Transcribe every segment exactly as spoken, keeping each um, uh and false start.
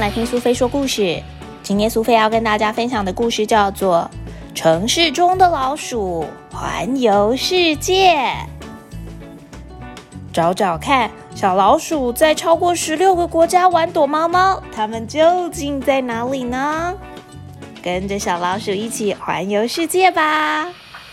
来听苏菲说故事。今天苏菲要跟大家分享的故事叫做《城市中的老鼠环游世界》。找找看，小老鼠在超过十六个国家玩躲猫猫，它们究竟在哪里呢？跟着小老鼠一起环游世界吧！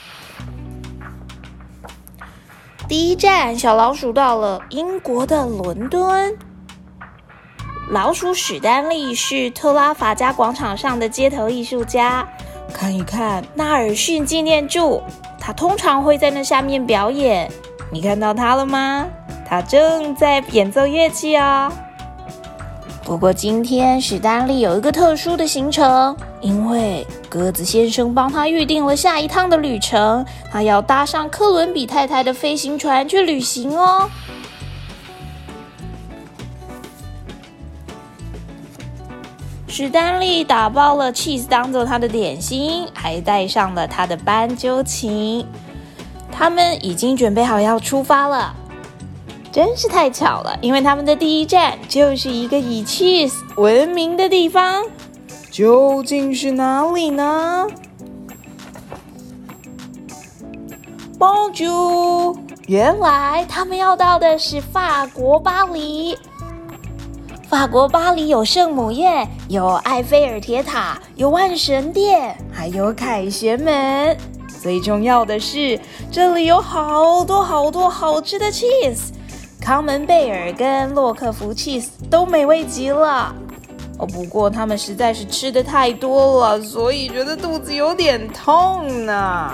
第一站，小老鼠到了英国的伦敦。老鼠史丹利是特拉法加广场上的街头艺术家。看一看纳尔逊纪念柱，他通常会在那下面表演。你看到他了吗？他正在演奏乐器哦。不过今天史丹利有一个特殊的行程，因为鸽子先生帮他预定了下一趟的旅程，他要搭上克伦比太太的飞行船去旅行哦。史丹利打包了 cheese 当做他的点心，还带上了他的斑鸠琴。他们已经准备好要出发了，真是太巧了，因为他们的第一站就是一个以 cheese 闻名的地方。究竟是哪里呢？ Bonjour， 原来他们要到的是法国巴黎。法国巴黎有圣母院，有埃菲尔铁塔，有万神殿，还有凯旋门。最重要的是，这里有好多好多好吃的 cheese， 康门贝尔跟洛克福 cheese 都美味极了。哦，不过他们实在是吃的太多了，所以觉得肚子有点痛呢。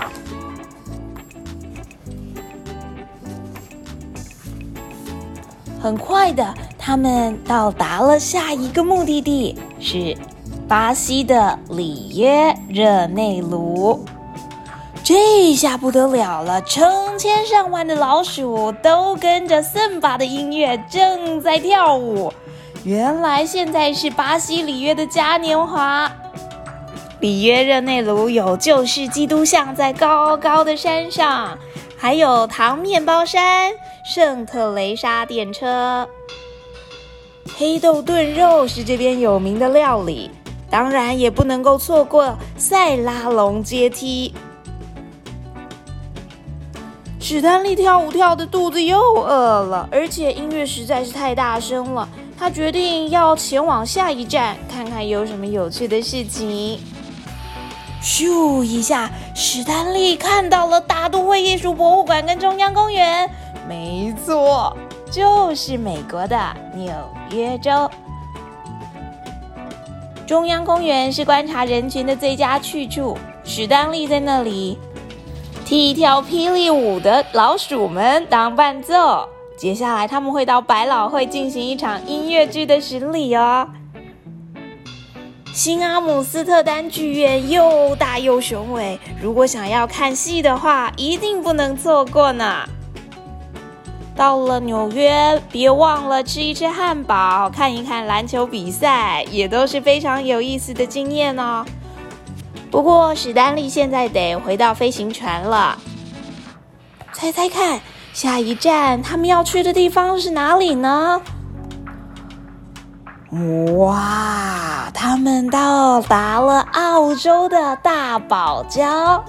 很快的，他们到达了下一个目的地，是巴西的里约热内卢。这下不得了了，成千上万的老鼠都跟着森巴的音乐正在跳舞。原来现在是巴西里约的嘉年华。里约热内卢有旧式基督像在高高的山上，还有糖面包山、圣特雷莎电车。黑豆炖肉是这边有名的料理，当然也不能够错过塞拉隆阶梯。史丹利跳舞跳的肚子又饿了，而且音乐实在是太大声了，他决定要前往下一站，看看有什么有趣的事情。咻一下，史丹利看到了大都会艺术博物馆跟中央公园。没错，就是美国的纽约州。中央公园是观察人群的最佳去处，史丹利在那里替跳霹雳舞的老鼠们当伴奏。接下来他们会到百老汇进行一场音乐剧的巡礼哦。新阿姆斯特丹剧院又大又雄伟，如果想要看戏的话，一定不能错过呢。到了纽约，别忘了吃一吃汉堡，看一看篮球比赛，也都是非常有意思的经验哦。不过史丹利现在得回到飞行船了。猜猜看，下一站他们要去的地方是哪里呢？哇，他们到达了澳洲的大堡礁。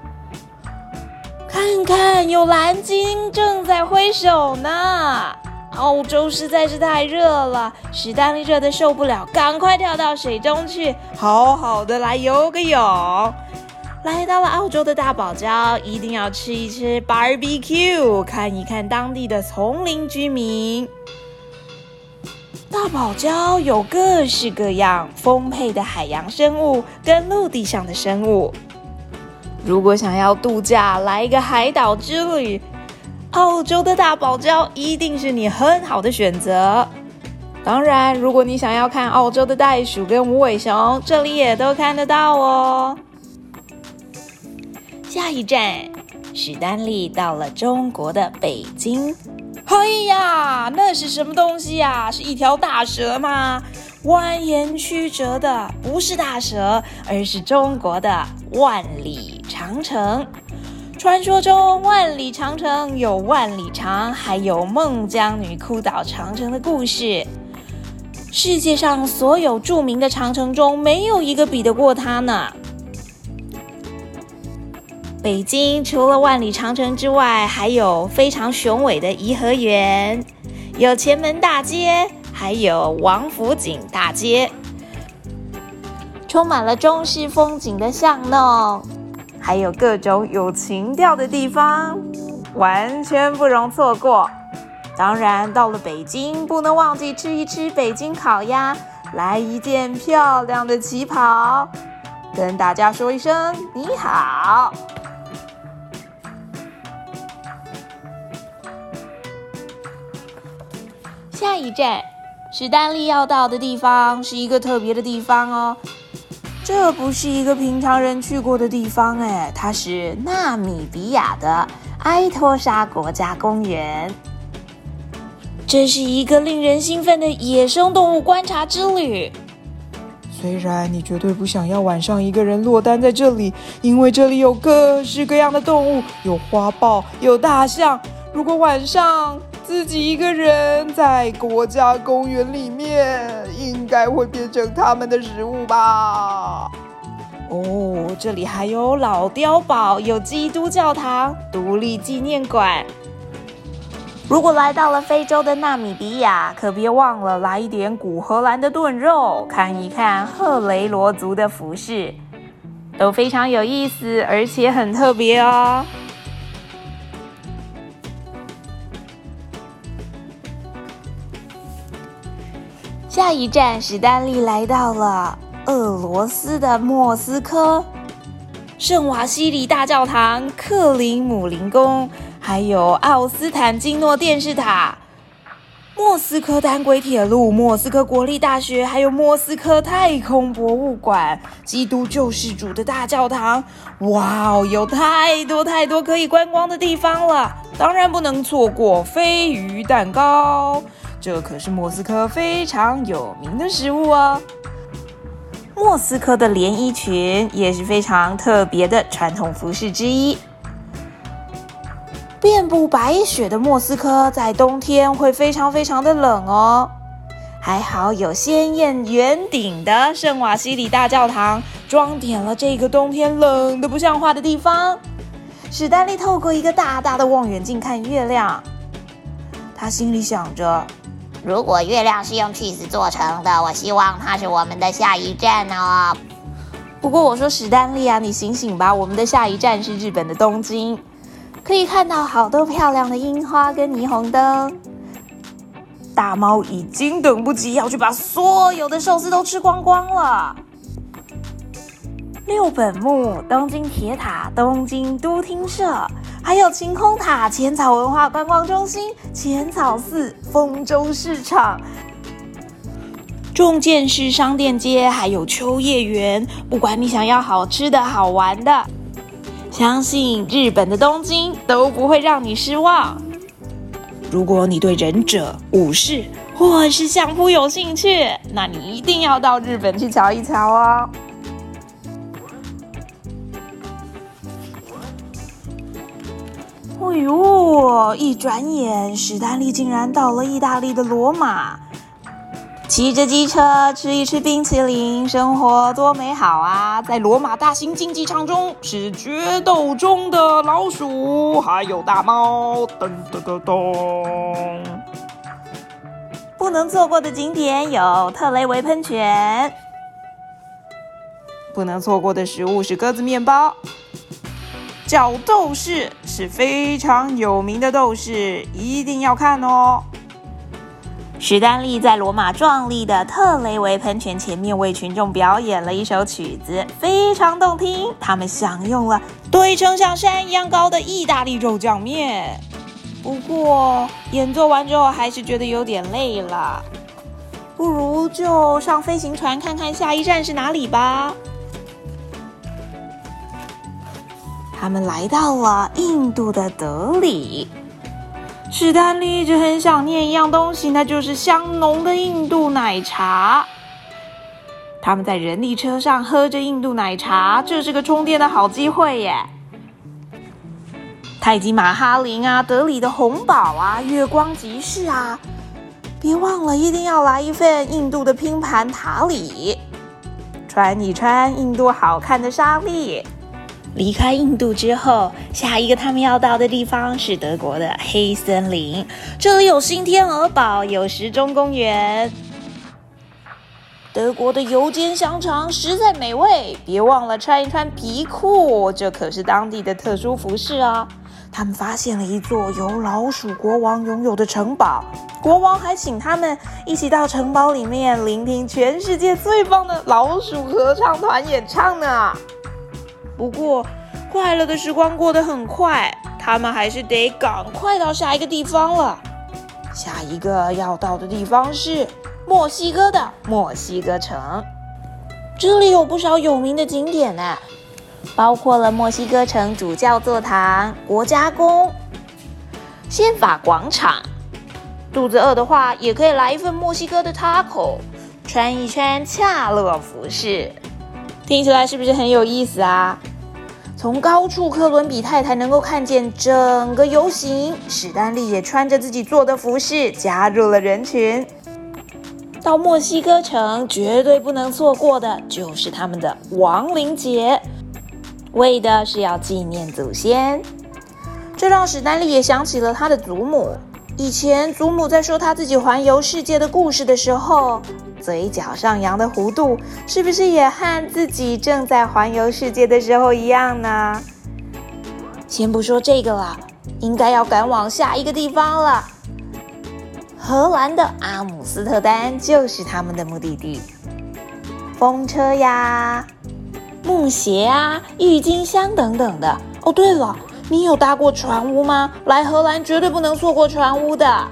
看看，有蓝鲸正在挥手呢。澳洲实在是太热了，史丹利热得受不了，赶快跳到水中去，好好的来游个泳。来到了澳洲的大堡礁，一定要吃一吃 barbecue， 看一看当地的丛林居民。大堡礁有各式各样丰沛的海洋生物跟陆地上的生物。如果想要度假，来一个海岛之旅，澳洲的大堡礁一定是你很好的选择。当然，如果你想要看澳洲的袋鼠跟无尾熊，这里也都看得到哦。下一站，史丹利到了中国的北京。哎呀，那是什么东西呀？是一条大蛇吗？蜿蜒曲折的不是大蛇，而是中国的万里长城。传说中万里长城有万里长，还有孟姜女哭倒长城的故事。 世界上所有著名的长城中，没有一个比得过它呢。北京除了万里长城之外，还有非常雄伟的颐和园，有前门大街，还有王府井大街，充满了中式风景的巷弄，还有各种有情调的地方，完全不容错过。当然，到了北京，不能忘记吃一吃北京烤鸭，来一件漂亮的旗袍，跟大家说一声你好。下一站，史丹利要到的地方是一个特别的地方哦。这不是一个平常人去过的地方哎，它是纳米比亚的埃托沙国家公园。这是一个令人兴奋的野生动物观察之旅。 虽然你绝对不想要晚上一个人落单在这里，因为这里有各式各样的动物，有花豹，有大象。如果晚上自己一个人在国家公园里面，应该会变成他们的食物吧。 哦，这里还有老碉堡，有基督教堂、独立纪念馆。如果来到了非洲的纳米比亚，可别忘了来一点古荷兰的炖肉，看一看赫雷罗族的服饰，都非常有意思，而且很特别哦。下一站，史丹利来到了俄罗斯的莫斯科，圣瓦西里大教堂、克林姆林宫，还有奥斯坦金诺电视塔、莫斯科单轨铁路、莫斯科国立大学，还有莫斯科太空博物馆、基督救世主的大教堂。哇哦，有太多太多可以观光的地方了，当然不能错过鲱鱼蛋糕。这可是莫斯科非常有名的食物哦。莫斯科的连衣裙也是非常特别的传统服饰之一。遍布白雪的莫斯科在冬天会非常非常的冷哦。还好有鲜艳圆顶的圣瓦西里大教堂，装点了这个冬天冷得不像话的地方。史丹利透过一个大大的望远镜看月亮，他心里想着， 如果月亮是用 cheese 做成的，我希望它是我们的下一站哦。 不过我说史丹利啊，你醒醒吧，我们的下一站是日本的东京，可以看到好多漂亮的樱花跟霓虹灯。大猫已经等不及要去把所有的寿司都吃光光了。六本木、东京铁塔、东京都厅社，还有晴空塔、浅草文化观光中心、浅草寺、丰州市场、重建市商店街，还有秋叶原。不管你想要好吃的好玩的，相信日本的东京都不会让你失望。如果你对忍者、武士或是相扑有兴趣，那你一定要到日本去瞧一瞧哦。哎呦，一转眼史丹利竟然到了意大利的罗马，骑着机车吃一吃冰淇淋，生活多美好啊！在罗马大型竞技场中是决斗中的老鼠，还有大猫，噔噔噔噔。不能错过的景点有特雷维喷泉，不能错过的食物是鸽子面包。角斗士是非常有名的斗士，一定要看哦。史丹利在罗马壮丽的特雷维喷泉前面为群众表演了一首曲子，非常动听。他们享用了堆成像山一样高的意大利肉酱面。不过演奏完之后还是觉得有点累了，不如就上飞行船看看下一站是哪里吧。他们来到了印度的德里，史丹利一直很想念一样东西，那就是香浓的印度奶茶。他们在人力车上喝着印度奶茶，这是个充电的好机会耶。泰姬玛哈陵啊，德里的红堡啊，月光集市啊， 别忘了一定要来一份印度的拼盘塔里，穿一穿印度好看的纱丽。离开印度之后，下一个他们要到的地方是德国的黑森林，这里有新天鹅堡，有时钟公园。德国的油煎香肠实在美味，别忘了穿一穿皮裤，这可是当地的特殊服饰啊。他们发现了一座由老鼠国王拥有的城堡，国王还请他们一起到城堡里面聆听全世界最棒的老鼠合唱团演唱呢。不过，快乐的时光过得很快，他们还是得赶快到下一个地方了。下一个要到的地方是墨西哥的墨西哥城，这里有不少有名的景点呢，包括了墨西哥城主教座堂、国家宫、宪法广场。肚子饿的话，也可以来一份墨西哥的 taco， 穿一穿恰乐服饰。听起来是不是很有意思啊？从高处，哥伦比太太能够看见整个游行，史丹利也穿着自己做的服饰加入了人群。到墨西哥城绝对不能错过的就是他们的亡灵节，为的是要纪念祖先。这让史丹利也想起了他的祖母。以前祖母在说他自己环游世界的故事的时候，嘴角上扬的弧度是不是也和自己正在环游世界的时候一样呢？先不说这个了，应该要赶往下一个地方了。荷兰的阿姆斯特丹就是他们的目的地。风车呀、木鞋啊、郁金香等等的。哦，对了，你有搭过船屋吗？来荷兰绝对不能错过船屋的。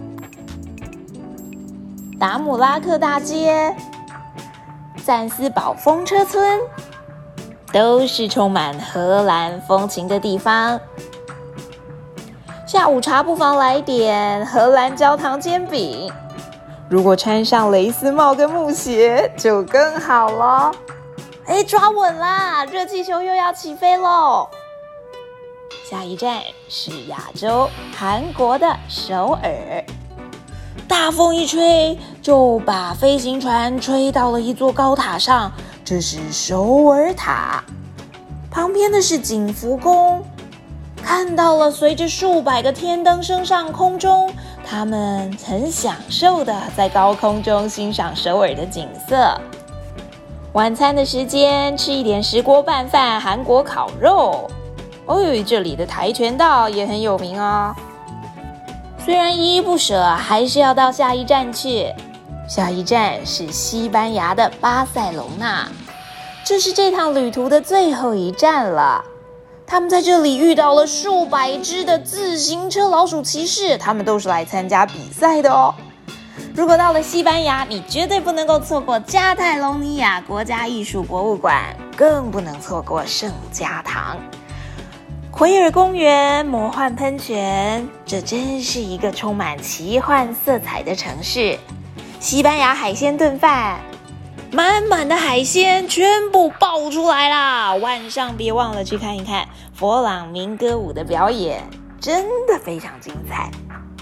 达姆拉克大街、赞斯堡风车村，都是充满荷兰风情的地方。下午茶不妨来点荷兰焦糖煎饼，如果穿上蕾丝帽跟木鞋就更好了。哎，抓稳啦！热气球又要起飞喽！下一站是亚洲韩国的首尔。大风一吹，就把飞行船吹到了一座高塔上，这是首尔塔。旁边的是景福宫，看到了随着数百个天灯升上空中，他们很享受的在高空中欣赏首尔的景色。晚餐的时间，吃一点石锅拌饭、韩国烤肉。哦，这里的跆拳道也很有名哦。虽然依依不舍，还是要到下一站去。下一站是西班牙的巴塞隆纳，这是这趟旅途的最后一站了。他们在这里遇到了数百只的自行车老鼠骑士，他们都是来参加比赛的哦。如果到了西班牙，你绝对不能够错过加泰隆尼亚国家艺术博物馆，更不能错过圣家堂。奎尔公园、魔幻喷泉，这真是一个充满奇幻色彩的城市。西班牙海鲜炖饭，满满的海鲜全部爆出来啦！晚上别忘了去看一看佛朗明哥舞的表演，真的非常精彩。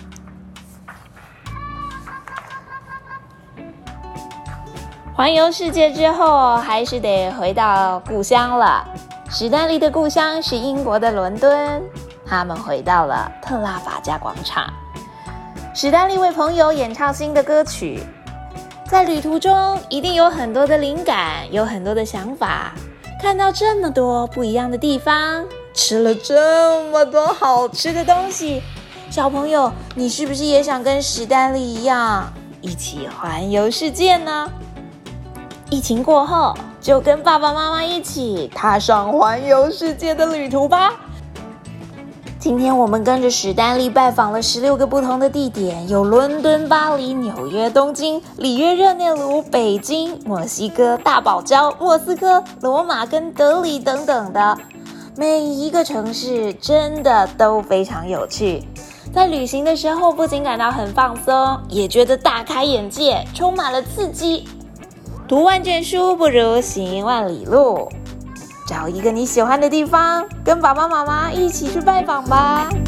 环游世界之后，还是得回到故乡了。史丹利的故乡是英国的伦敦，他们回到了特拉法加广场。史丹利为朋友演唱新的歌曲，在旅途中一定有很多的灵感，有很多的想法。看到这么多不一样的地方，吃了这么多好吃的东西，小朋友，你是不是也想跟史丹利一样，一起环游世界呢？疫情过后，就跟爸爸妈妈一起踏上环游世界的旅途吧。今天我们跟着史丹利拜访了十六个不同的地点，有伦敦、巴黎、纽约、东京、里约热内卢、北京、墨西哥、大堡礁、莫斯科、罗马跟德里等等的。每一个城市真的都非常有趣，在旅行的时候不仅感到很放松，也觉得大开眼界，充满了刺激。读万卷书不如行万里路，找一个你喜欢的地方，跟爸爸妈妈一起去拜访吧。